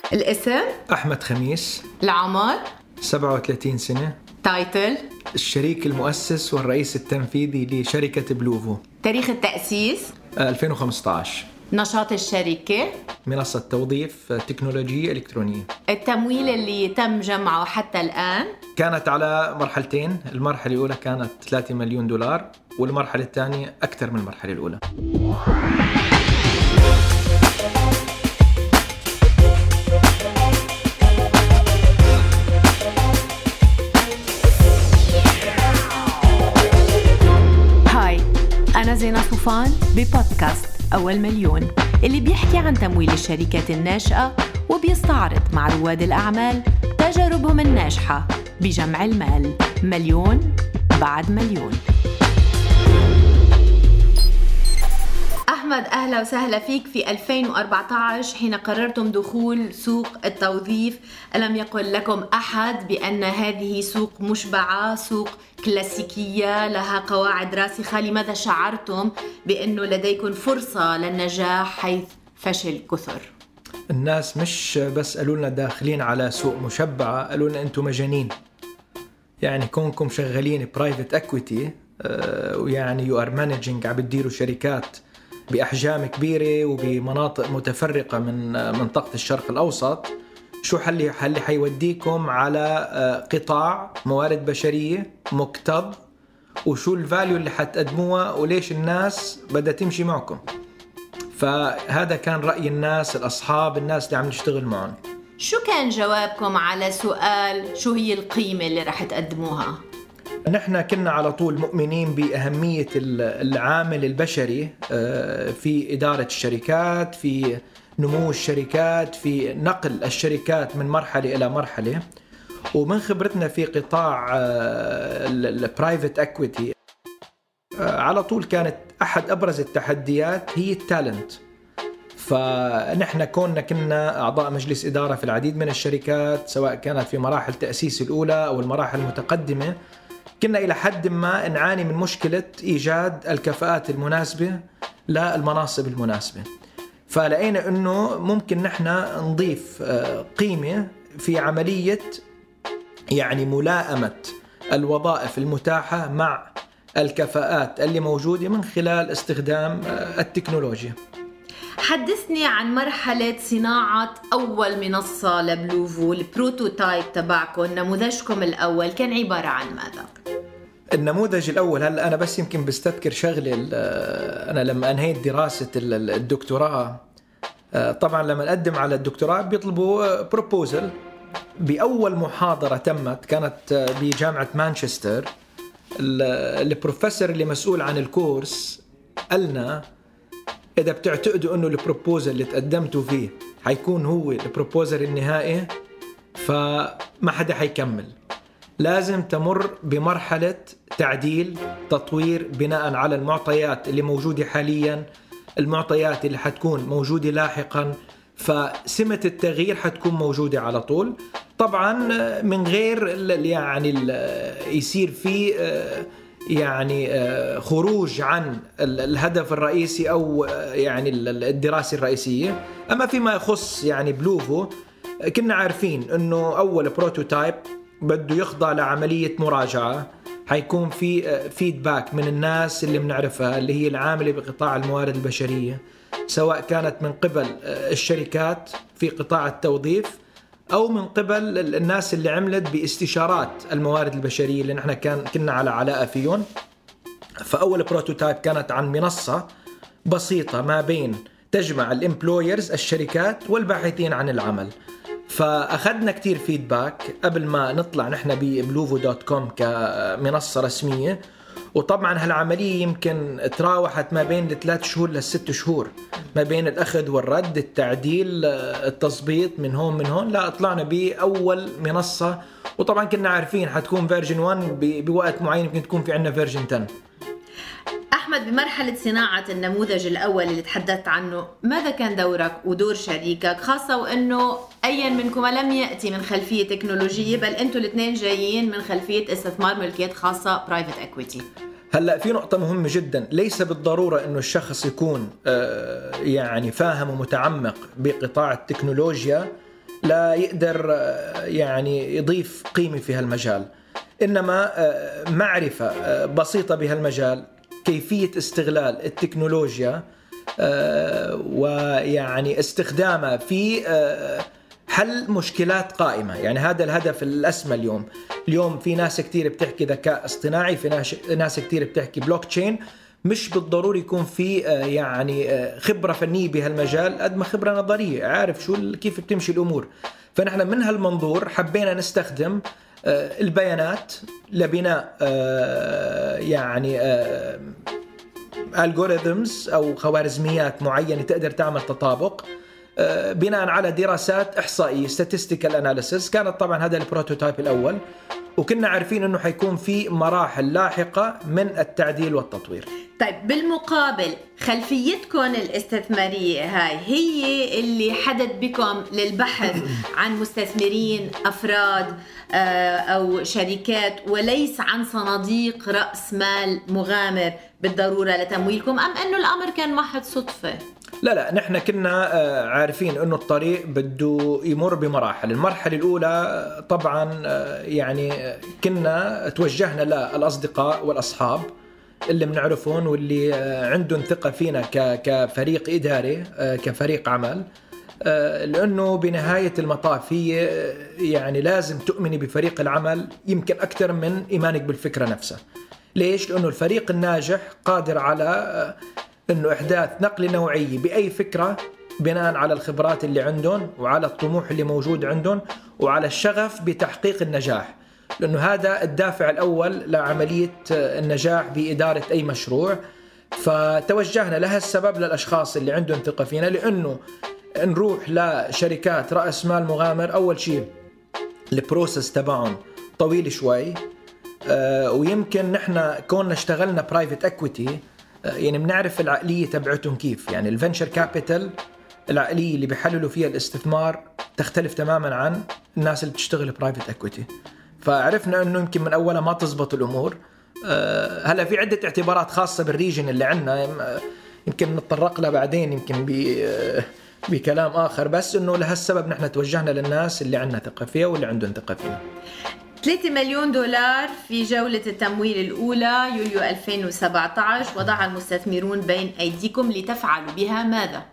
الاسم؟ أحمد خميس. العمر؟ 37 سنة. تايتل؟ الشريك المؤسس والرئيس التنفيذي لشركة بلوفو. تاريخ التأسيس؟ 2015. نشاط الشركة؟ منصة توظيف تكنولوجية إلكترونية. التمويل اللي تم جمعه حتى الآن؟ كانت على مرحلتين، المرحلة الأولى كانت $3 مليون والمرحلة الثانية أكثر من المرحلة الأولى. هاي، أنا زينة صوفان ببودكاست أول مليون اللي بيحكي عن تمويل الشركات الناشئة وبيستعرض مع رواد الأعمال تجاربهم الناجحة بجمع المال مليون بعد مليون. أحمد، أهلا وسهلا فيك في 2014 حين قررتم دخول سوق التوظيف. ألم يقل لكم أحد بأن هذه سوق مشبعة، سوق كلاسيكية لها قواعد راسخة؟ لماذا شعرتم بأنه لديكم فرصة للنجاح حيث فشل كثر؟ الناس مش بس قالوا لنا داخلين على سوق مشبعة، قالوا لنا أنتم مجانين. يعني كونكم شغالين برايفت اكويتي ويعني يو ار مانجينج، عم بتديروا شركات بأحجام كبيرة وبمناطق متفرقة من منطقة الشرق الأوسط، شو حلي حيوديكم على قطاع موارد بشرية مكتظ، وشو الفاليو اللي حتقدموها وليش الناس بدها تمشي معكم. فهذا كان رأي الناس، الأصحاب، الناس اللي عم نشتغل معهم. شو كان جوابكم على سؤال شو هي القيمة اللي رح تقدموها؟ نحن كنا على طول مؤمنين بأهمية العامل البشري في إدارة الشركات، في نمو الشركات، في نقل الشركات من مرحلة إلى مرحلة. ومن خبرتنا في قطاع البرايفت اكويتي على طول كانت أحد أبرز التحديات هي التالنت. فنحن كنا أعضاء مجلس إدارة في العديد من الشركات، سواء كانت في مراحل تأسيس الأولى أو المراحل المتقدمة. كنا إلى حد ما نعاني من مشكلة إيجاد الكفاءات المناسبة للمناصب المناسبة. فلقينا أنه ممكن نحن نضيف قيمة في عملية يعني ملائمة الوظائف المتاحة مع الكفاءات اللي موجودة من خلال استخدام التكنولوجيا. حدثني عن مرحلة صناعة أول منصة لبلوفو. البروتوتايب تبعكم، نموذجكم الأول كان عبارة عن ماذا؟ النموذج الأول، هلأ أنا بس يمكن بستذكر شغلة. أنا لما أنهيت دراسة الدكتوراه، طبعا لما أقدم على الدكتوراه بيطلبوا بروبوزل. بأول محاضرة تمت كانت بجامعة مانشستر. البروفيسور اللي مسؤول عن الكورس قالنا إذا بتعتقدوا أنه البروبوزل اللي تقدمتوا فيه حيكون هو البروبوزل النهائي فما حدا حيكمل. لازم تمر بمرحلة تعديل، تطوير، بناء على المعطيات اللي موجودة حاليا، المعطيات اللي حتكون موجودة لاحقا. فسمة التغيير حتكون موجودة على طول، طبعا من غير يعني يصير فيه يعني خروج عن الهدف الرئيسي أو يعني الدراسة الرئيسية. أما فيما يخص يعني بلوفو، كنا عارفين أنه أول بروتوتايب بده يخضع لعملية مراجعة، حيكون في فيدباك من الناس اللي بنعرفها اللي هي العاملة بقطاع الموارد البشرية، سواء كانت من قبل الشركات في قطاع التوظيف أو من قبل الناس اللي عملت باستشارات الموارد البشرية اللي نحن كنا على علاقة فيهم. فأول بروتوتايب كانت عن منصة بسيطة ما بين تجمع الامبلويرز الشركات والباحثين عن العمل. فأخذنا كتير فيدباك قبل ما نطلع نحن ببلوفو.com كمنصة رسمية. وطبعا هالعملية يمكن تراوحت ما بين 3 شهور ل6 شهور، ما بين الأخذ والرد، التعديل، التظبيط من هون. لا، طلعنا بأول منصة. وطبعا كنا عارفين حتكون فيرجن 1 بوقت معين، يمكن تكون في عنا فيرجن 10. أحمد، بمرحلة صناعة النموذج الأول اللي تحدثت عنه، ماذا كان دورك ودور شريكك، خاصة وأنه أي منكم لم يأتي من خلفية تكنولوجية، بل أنتوا الاثنين جايين من خلفية استثمار ملكيات خاصة برايفت اكويتي؟ هلأ في نقطة مهمة جدا، ليس بالضرورة أنه الشخص يكون يعني فاهم ومتعمق بقطاع التكنولوجيا لا يقدر يعني يضيف قيمة في هالمجال، إنما معرفة بسيطة بهالمجال، كيفية استغلال التكنولوجيا ويعني استخدامها في حل مشكلات قائمة. يعني هذا الهدف الأسمى اليوم في ناس كتير بتحكي ذكاء اصطناعي، في ناس كتير بتحكي بلوك تشين. مش بالضروري يكون في يعني خبرة فنية بهالمجال قد ما خبرة نظرية، عارف كيف بتمشي الأمور. فنحن من هالمنظور حبينا نستخدم البيانات لبناء يعني algorithms أو خوارزميات معينة تقدر تعمل تطابق بناء على دراسات إحصائية statistical analysis. كانت طبعا هذا البروتوتايب الأول، وكنا عارفين أنه حيكون في مراحل لاحقة من التعديل والتطوير. طيب بالمقابل خلفيتكم الاستثمارية هي اللي حدد بكم للبحث عن مستثمرين أفراد أو شركات، وليس عن صناديق رأس مال مغامر بالضرورة لتمويلكم، أم أنه الأمر كان محض صدفة؟ لا نحن كنا عارفين أنه الطريق بده يمر بمراحل. المرحلة الأولى طبعا يعني كنا توجهنا للأصدقاء والأصحاب اللي بنعرفون واللي عندهم ثقة فينا كفريق إداري كفريق عمل، لأنه بنهاية المطاف هي يعني لازم تؤمني بفريق العمل يمكن أكثر من إيمانك بالفكرة نفسها. ليش؟ لأنه الفريق الناجح قادر على أنه إحداث نقلة نوعية بأي فكرة بناء على الخبرات اللي عندهم وعلى الطموح اللي موجود عندهم وعلى الشغف بتحقيق النجاح، لأنه هذا الدافع الأول لعملية النجاح بإدارة أي مشروع. فتوجهنا لها السبب للأشخاص اللي عندهم ثقة فينا، لأنه نروح لشركات رأس مال مغامر. أول شيء البروسس تبعهم طويل شوي، ويمكن نحن كوننا اشتغلنا برايفت اكويتي يعني بنعرف العقلية تبعتهم كيف. يعني الفنشر كابيتال العقلية اللي بيحللوا فيها الاستثمار تختلف تماما عن الناس اللي بتشتغل برايفت اكويتي. فعرفنا انه يمكن من اولها ما تزبط الامور. هلا في عدة اعتبارات خاصة بالريجن اللي عندنا يمكن نتطرق لها بعدين يمكن بكلام آخر، بس إنه لهالسبب نحن توجهنا للناس اللي عندنا ثقة فيها واللي عندهم ثقة فينا. 3 مليون دولار في جولة التمويل الأولى يوليو 2017 وضع المستثمرون بين أيديكم لتفعلوا بها ماذا؟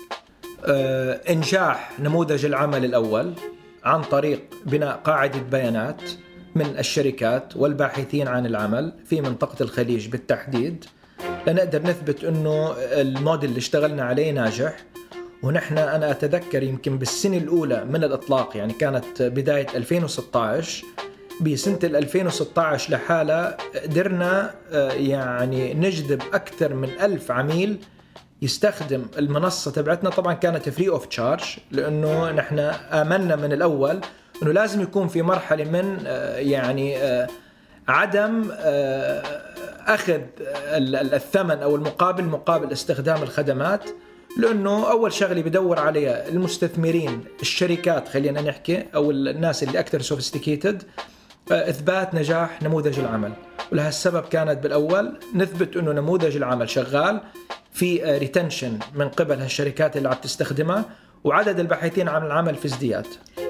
إنجاح نموذج العمل الأول عن طريق بناء قاعدة بيانات من الشركات والباحثين عن العمل في منطقة الخليج بالتحديد، لنقدر نثبت أنه الموديل اللي اشتغلنا عليه ناجح. ونحن أنا أتذكر يمكن بالسنة الأولى من الإطلاق، يعني كانت بداية 2016، بسنة 2016 لحالة قدرنا يعني نجذب أكثر من 1000 عميل يستخدم المنصة تبعتنا. طبعا كانت فري اوف تشارج، لأنه نحن آمنا من الأول أنه لازم يكون في مرحلة من يعني عدم أخذ الثمن أو المقابل مقابل استخدام الخدمات، لأنه أول شغلة بدور عليها المستثمرين الشركات خلينا نحكي أو الناس اللي أكثر سوفيستيكيتد إثبات نجاح نموذج العمل. ولهالسبب كانت بالأول نثبت أنه نموذج العمل شغال، في ريتنشن من قبل هالشركات اللي عم تستخدمها، وعدد الباحثين عن العمل في ازدياد.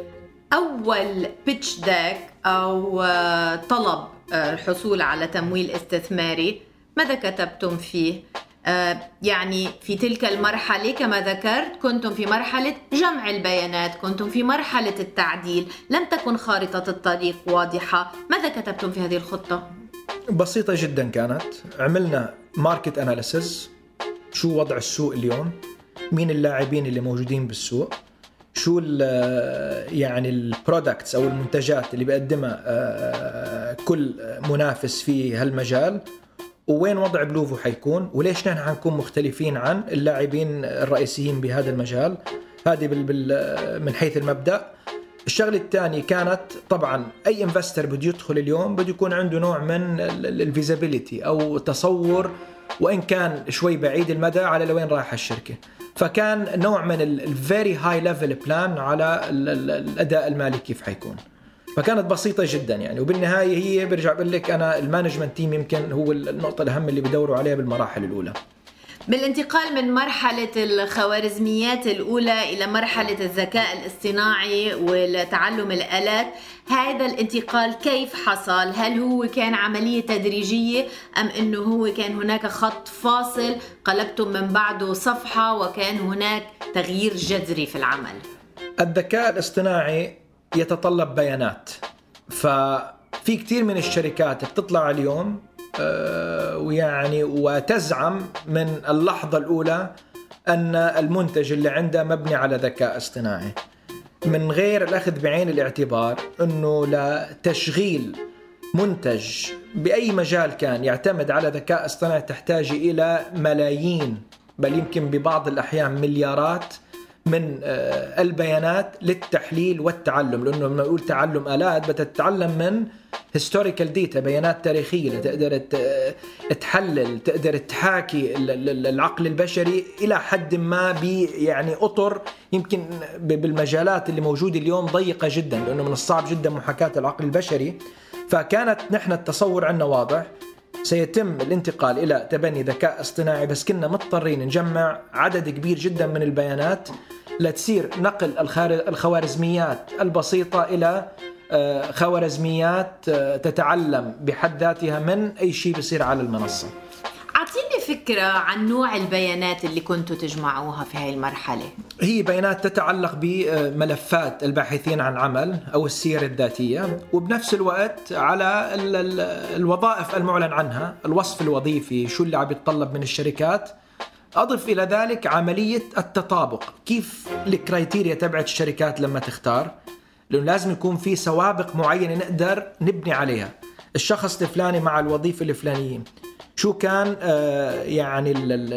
أول بيتش ديك أو طلب الحصول على تمويل استثماري ماذا كتبتم فيه؟ يعني في تلك المرحلة كما ذكرت كنتم في مرحلة جمع البيانات، كنتم في مرحلة التعديل، لم تكن خارطة الطريق واضحة. ماذا كتبتم في هذه الخطة؟ بسيطة جدا كانت. عملنا ماركت أناليسز، شو وضع السوق اليوم، مين اللاعبين اللي موجودين بالسوق، شو يعني البرودكتس أو المنتجات اللي بيقدمها كل منافس في هالمجال، ووين وضع بلوفو حيكون، وليش نحن حنكون مختلفين عن اللاعبين الرئيسيين بهذا المجال. هذه من حيث المبدأ. الشغلة الثانية كانت طبعا أي انفستر بده يدخل اليوم بده يكون عنده نوع من الفيزابيليتي أو تصور وإن كان شوي بعيد المدى على لوين رايحة الشركة. فكان نوع من الفيري هاي ليفل بلان على الأداء المالي كيف حيكون. فكانت بسيطة جدا يعني. وبالنهاية هي برجع بقول لك أنا المانجمنت تيم يمكن هو النقطة الأهم اللي بدوروا عليها بالمراحل الأولى. بالانتقال من مرحلة الخوارزميات الأولى إلى مرحلة الذكاء الاصطناعي والتعلم الآلات، هذا الانتقال كيف حصل؟ هل هو كان عملية تدريجية أم أنه هو كان هناك خط فاصل قلبتم من بعده صفحة وكان هناك تغيير جذري في العمل؟ الذكاء الاصطناعي يتطلب بيانات، ففي كتير من الشركات بتطلع اليوم ويعني وتزعم من اللحظة الأولى أن المنتج اللي عنده مبني على ذكاء اصطناعي، من غير الأخذ بعين الاعتبار أنه لتشغيل منتج بأي مجال كان يعتمد على ذكاء اصطناعي تحتاج إلى ملايين، بل يمكن ببعض الأحيان مليارات من البيانات للتحليل والتعلم. لأنه لما نقول تعلم آلات بتتعلم من historical data، بيانات تاريخية تقدر تحلل، تقدر تحاكي العقل البشري إلى حد ما يعني أطر يمكن بالمجالات اللي موجودة اليوم ضيقة جدا، لأنه من الصعب جدا محاكاة العقل البشري. فكانت نحن التصور عنا واضح، سيتم الانتقال إلى تبني ذكاء اصطناعي، بس كنا مضطرين نجمع عدد كبير جدا من البيانات لتصير نقل الخوارزميات البسيطة إلى خوارزميات تتعلم بحد ذاتها من أي شيء بيصير على المنصة. أعطيني فكرة عن نوع البيانات اللي كنتوا تجمعوها في هاي المرحلة. هي بيانات تتعلق بملفات الباحثين عن عمل أو السير الذاتية، وبنفس الوقت على الوظائف المعلن عنها، الوصف الوظيفي، شو اللي عم يتطلب من الشركات. أضف إلى ذلك عملية التطابق، كيف الكرايتيريا تبعت الشركات لما تختار، لأنه لازم يكون في سوابق معينة نقدر نبني عليها. الشخص الفلاني مع الوظيفة الفلانية شو كان يعني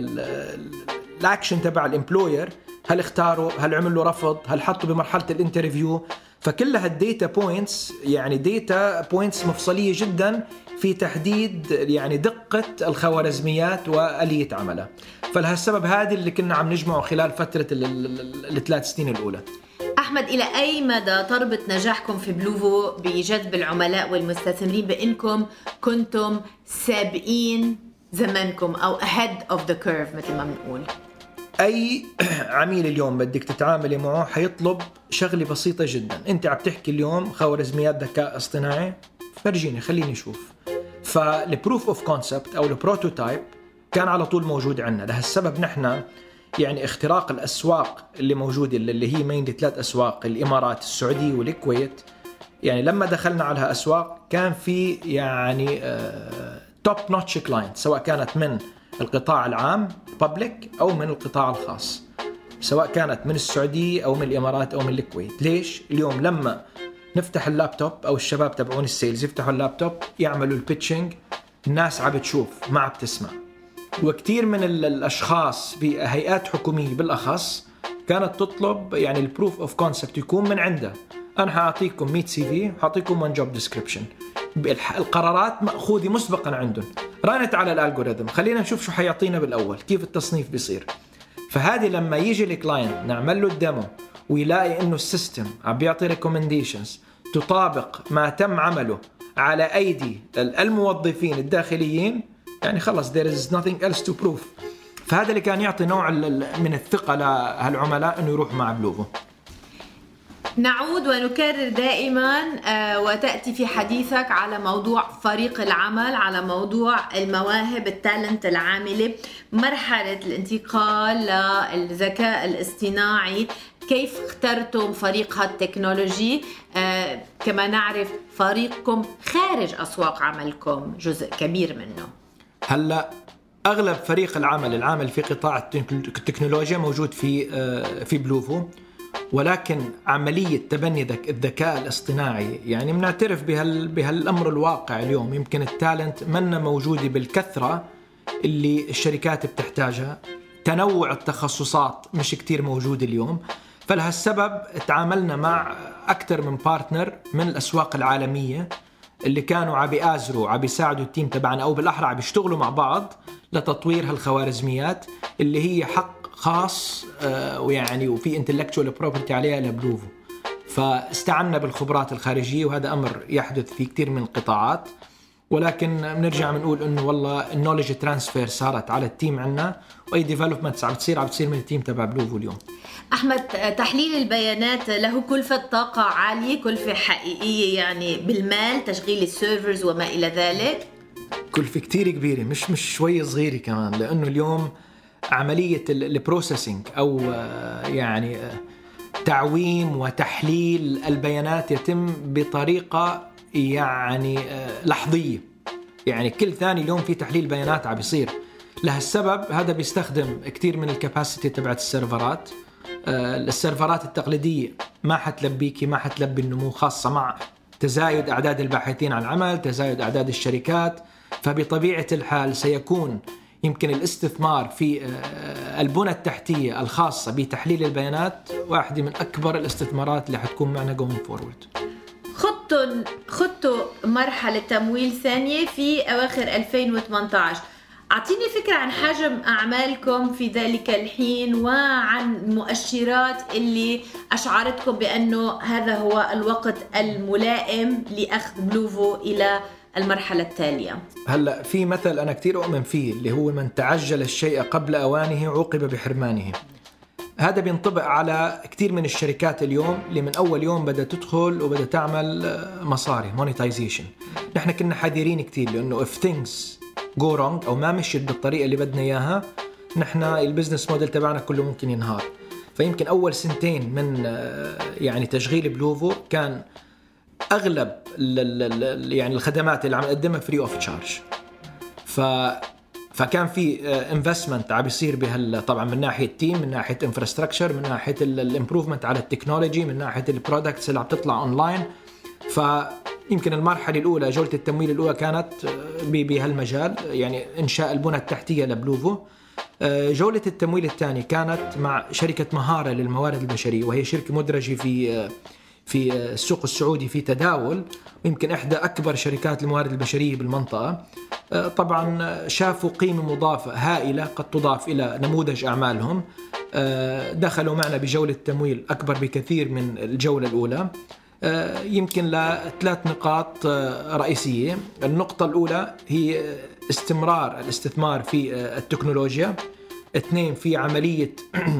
الاكشن تبع الامبلوير، هل اختاروا، هل عمل له رفض، هل حطوا بمرحلة الانترفيو. فكلها الديتا بوينتس، يعني ديتا بوينتس مفصلية جدا في تحديد يعني دقة الخوارزميات وآلية عملها. فلهالسبب هذه اللي كنا عم نجمعه خلال فترة ال3 سنين الأولى. أحمد، إلى أي مدى تربط نجاحكم في بلوفو بجذب العملاء والمستثمرين بأنكم كنتم سابقين زمنكم أو ahead of the curve مثل ما بنقول؟ أي عميل اليوم بدك تتعاملي معه حيطلب شغلة بسيطة جدا. أنت عم تحكي اليوم خوارزميات ذكاء اصطناعي، فرجيني خليني أشوف. فالبروف اوف كونسبت أو البروتوتايب كان على طول موجود عندنا. لهالسبب نحن يعني اختراق الأسواق اللي موجودة اللي هي مين 3 أسواق، الإمارات، السعودية والكويت. يعني لما دخلنا على هالأسواق كان في يعني توب نوتش كلاينت، سواء كانت من القطاع العام بابليك أو من القطاع الخاص، سواء كانت من السعودية أو من الإمارات أو من الكويت. ليش؟ اليوم لما نفتح اللابتوب أو الشباب تبعون السيلز يفتحوا اللابتوب يعملوا البيتشنج، الناس عم بتشوف ما عم بتسمع. وكتير من الأشخاص بهيئات حكومية بالأخص كانت تطلب يعني البروف اوف كونسبت يكون من عنده. أنا حاعطيكم 100 CV، حاعطيكم 1 job description، القرارات مأخوذة مسبقا عندهم، رانت على الالجوريثم، خلينا نشوف شو حيعطينا بالأول، كيف التصنيف بيصير. فهذه لما يجي الكلاينت نعمل له الديمو ويلاقي إنه السيستم عم بيعطي ريكومنديشنز تطابق ما تم عمله على أيدي الموظفين الداخليين، يعني خلص there is nothing else to prove. فهذا اللي كان يعطي نوع من الثقة لهالعملاء إنه يروح مع بلوفو. نعود ونكرر دائما وتأتي في حديثك على موضوع فريق العمل، على موضوع المواهب، التالنت العاملة، مرحلة الانتقال للذكاء الاصطناعي. كيف اخترتم فريق هالتكنولوجي؟ كما نعرف فريقكم خارج أسواق عملكم جزء كبير منه. هلأ أغلب فريق العامل في قطاع التكنولوجيا موجود في بلوفو، ولكن عملية تبني الذكاء الاصطناعي يعني بنعترف بهالأمر الواقع اليوم. يمكن التالنت منا موجودة بالكثرة اللي الشركات بتحتاجها، تنوع التخصصات مش كتير موجود اليوم. فلهالسبب تعاملنا مع أكثر من بارتنر من الأسواق العالمية اللي كانوا عم بيساعدوا التيم تبعنا، أو بالأحرى عم بيشتغلوا مع بعض لتطوير هالخوارزميات اللي هي حق خاص ويعني وفي intellectual property عليها لبلوفو. فاستعنا بالخبرات الخارجية، وهذا أمر يحدث في كتير من القطاعات. ولكن بنرجع بنقول انه والله النولج ترانسفير صارت على التيم عنا، واي ديفلوبمنت عم تصير من التيم تبع بلوفو اليوم. أحمد، تحليل البيانات له كلفة طاقة عالية، كلفة حقيقية يعني بالمال، تشغيل السيرفرز وما إلى ذلك؟ كلفة كتير كبيرة، مش شوية صغيرة كمان، لأنه اليوم عملية البروسيسنج أو يعني تعويم وتحليل البيانات يتم بطريقة يعني لحظية، يعني كل ثاني يوم في تحليل بيانات عم بيصير. لهالسبب هذا بيستخدم كتير من الكاباسيتي تبعت السيرفرات. السيرفرات التقليدية ما حتلبيكي، ما حتلبي النمو، خاصة مع تزايد أعداد الباحثين عن العمل، تزايد أعداد الشركات. فبطبيعة الحال سيكون يمكن الاستثمار في البنى التحتية الخاصة بتحليل البيانات واحدة من أكبر الاستثمارات اللي حتكون معنا going forward. خدتوا مرحلة تمويل ثانية في أواخر 2018. أعطيني فكرة عن حجم أعمالكم في ذلك الحين وعن المؤشرات اللي أشعرتكم بأنه هذا هو الوقت الملائم لأخذ بلوفو إلى المرحلة التالية. هلأ في مثل أنا كتير أؤمن فيه اللي هو من تعجل الشيء قبل أوانه عوقب بحرمانه. هذا بينطبق على كتير من الشركات اليوم اللي من أول يوم بدأ تدخل وبدأ تعمل مصاري monetization. نحن كنا حذرين كتير لأنه if things go wrong أو ما مشيت بالطريقة اللي بدنا إياها، نحن البزنس موديل تبعنا كله ممكن ينهار. فيمكن أول سنتين من يعني تشغيل بلوفو كان أغلب يعني الخدمات اللي عم نقدمها free of charge. فكان في investment عم يصير طبعا من ناحية تيم، من ناحية infrastructure، من ناحية الامبروفمنت على التكنولوجي، من ناحية البرودكتس اللي عم تطلع أونلاين. فيمكن المرحلة الأولى جولة التمويل الأولى كانت بهالمجال، يعني إنشاء البنى التحتية لبلوفو. جولة التمويل الثانية كانت مع شركة مهارة للموارد البشرية، وهي شركة مدرجة في السوق السعودي في تداول، ويمكن إحدى أكبر شركات الموارد البشرية بالمنطقة. طبعا شافوا قيمة مضافة هائلة قد تضاف إلى نموذج أعمالهم. دخلوا معنا بجولة تمويل أكبر بكثير من الجولة الأولى، يمكن لثلاث نقاط رئيسية. النقطة الأولى هي استمرار الاستثمار في التكنولوجيا. 2 في عملية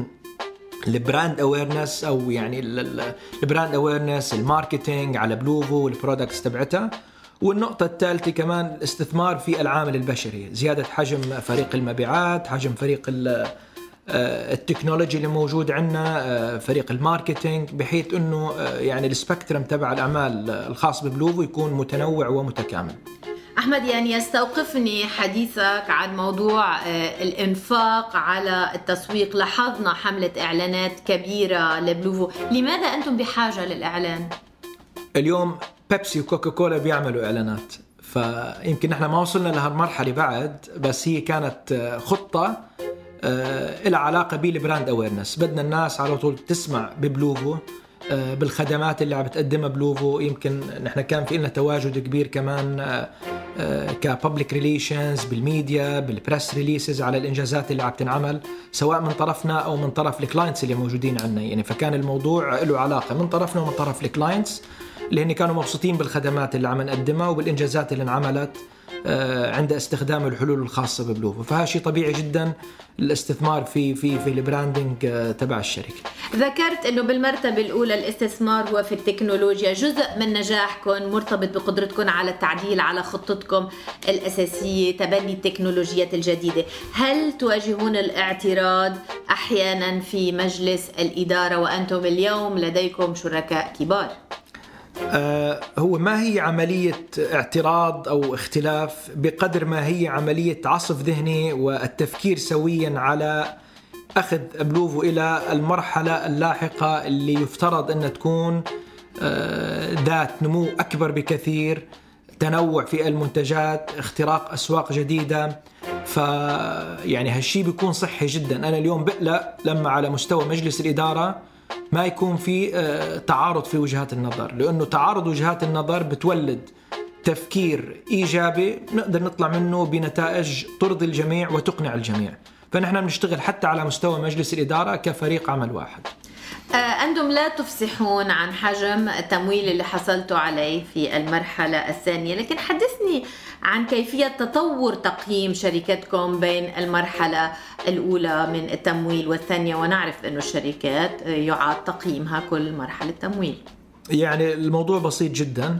البراند اويرنس او يعني البراند اويرنس، الماركتينج على بلوفو والبرودكتس تبعتها. والنقطة الثالثة كمان الاستثمار في العامل البشري، زيادة حجم فريق المبيعات، حجم فريق التكنولوجي اللي موجود عندنا، فريق الماركتينج، بحيث انه يعني السبكترم تبع الاعمال الخاص ببلوفو يكون متنوع ومتكامل. أحمد، يعني يستوقفني حديثك عن موضوع الإنفاق على التسويق. لاحظنا حملة إعلانات كبيرة لبلوفو، لماذا أنتم بحاجة للإعلان؟ اليوم بيبسي وكوكا كولا بيعملوا إعلانات، فيمكن نحن ما وصلنا لهالمرحلة بعد، بس هي كانت خطة إلى علاقة بالبراند أويرنس. بدنا الناس على طول تسمع ببلوفو، بالخدمات اللي عم بتقدمها بلوفو. يمكن نحن كان في لنا تواجد كبير كمان كبابليك ريليشنز بالميديا، بالبريس ريليسز على الإنجازات اللي عم تنعمل سواء من طرفنا أو من طرف الكلاينتس اللي موجودين عنا. يعني فكان الموضوع له علاقة من طرفنا ومن طرف الكلاينتس اللي هن كانوا مبسوطين بالخدمات اللي عم نقدمها وبالإنجازات اللي انعملت عند استخدام الحلول الخاصة ببلوفو. فهذا شيء طبيعي جدا الاستثمار في البراندنج تبع الشركة. ذكرت انه بالمرتبة الاولى الاستثمار هو في التكنولوجيا. جزء من نجاحكم مرتبط بقدرتكم على التعديل على خطتكم الاساسية، تبني التكنولوجيات الجديدة. هل تواجهون الاعتراض احيانا في مجلس الادارة وانتم اليوم لديكم شركاء كبار؟ هو ما هي عملية اعتراض أو اختلاف بقدر ما هي عملية عصف ذهني والتفكير سويا على أخذ بلوفو إلى المرحلة اللاحقة اللي يفترض أن تكون ذات نمو أكبر بكثير، تنوع في المنتجات، اختراق أسواق جديدة. يعني هالشي بيكون صحي جدا. أنا اليوم بقلق لما على مستوى مجلس الإدارة ما يكون في تعارض في وجهات النظر، لأنه تعارض وجهات النظر بتولد تفكير إيجابي نقدر نطلع منه بنتائج ترضي الجميع وتقنع الجميع. فنحن بنشتغل حتى على مستوى مجلس الإدارة كفريق عمل واحد. أنتم لا تفصحون عن حجم التمويل اللي حصلتوا عليه في المرحلة الثانية، لكن حدثني عن كيفية تطور تقييم شركتكم بين المرحلة الأولى من التمويل والثانية، ونعرف أن الشركات يعاد تقييمها كل مرحلة تمويل. يعني الموضوع بسيط جدا.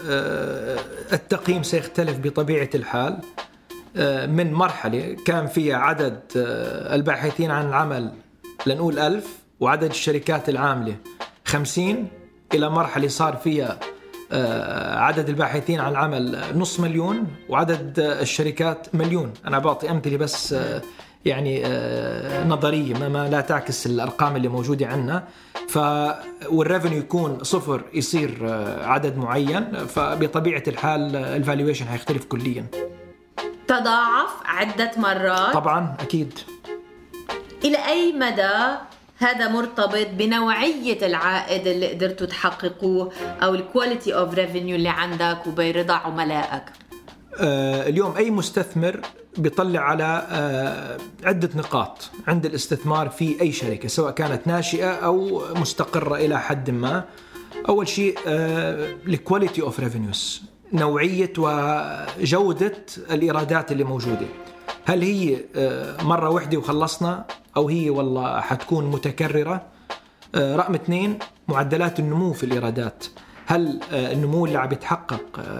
التقييم سيختلف بطبيعة الحال من مرحلة كان فيها عدد الباحثين عن العمل لنقول 1000 وعدد الشركات العاملة 50، إلى مرحلة صار فيها عدد الباحثين عن العمل 500,000 وعدد الشركات 1,000,000. أنا بعطي أمثلة بس يعني نظرية ما لا تعكس الأرقام اللي موجودة عندنا. والريفنيو يكون 0 يصير عدد معين، فبطبيعة الحال الفالويشن هيختلف كليا. تضاعف عدة مرات طبعا أكيد. إلى أي مدى هذا مرتبط بنوعية العائد اللي قدرتوا تحققوه أو الكواليتي اوف ريفينيو اللي عندك وبرضا عملائك؟ اليوم أي مستثمر بيطلع على عدة نقاط عند الاستثمار في أي شركة سواء كانت ناشئة أو مستقرة إلى حد ما. أول شيء الكواليتي اوف ريفينيوز، نوعية وجودة الإيرادات اللي موجودة. هل هي مرة واحدة وخلصنا أو هي والله حتكون متكررة؟ رقم 2 معدلات النمو في الإيرادات. هل النمو اللي عم يتحقق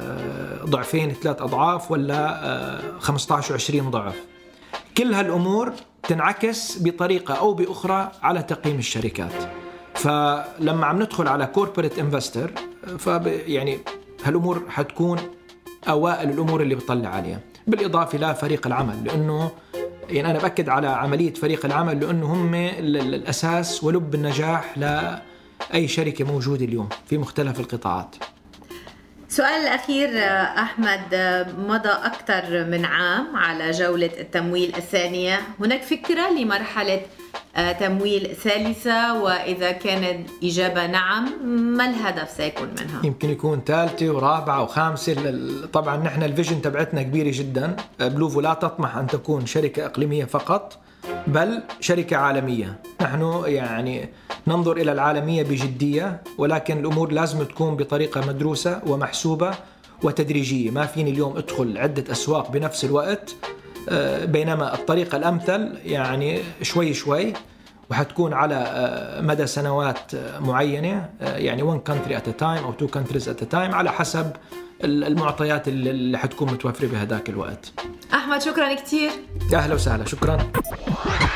2-3 أضعاف ولا 15-20 ضعف؟ كل هالأمور تنعكس بطريقة أو بأخرى على تقييم الشركات. فلما عم ندخل على كوربوريت انفستر يعني هالأمور حتكون أوائل الأمور اللي بطلع عليها، بالإضافة لفريق العمل، لأنه يعني أنا بأكد على عملية فريق العمل لأنه هم الأساس ولب النجاح لأي شركة موجودة اليوم في مختلف القطاعات. سؤال الأخير أحمد، مضى أكثر من عام على جولة التمويل الثانية، هناك فكرة لمرحلة تمويل ثالثة؟ وإذا كانت إجابة نعم، ما الهدف سيكون منها؟ يمكن يكون 3 و4 و5. طبعا نحن الفيجن تبعتنا كبيرة جدا. بلوفو لا تطمح أن تكون شركة إقليمية فقط بل شركة عالمية. نحن يعني ننظر إلى العالمية بجدية، ولكن الأمور لازم تكون بطريقة مدروسة ومحسوبة وتدريجية. ما فيني اليوم أدخل عدة أسواق بنفس الوقت، بينما الطريقة الأمثل يعني شوي شوي، وحتكون على مدى سنوات معينة، يعني 1 country at a time أو 2 countries at a time على حسب المعطيات اللي حتكون متوفرة بهداك الوقت. أحمد شكرا كتير. أهلا وسهلا، شكرا.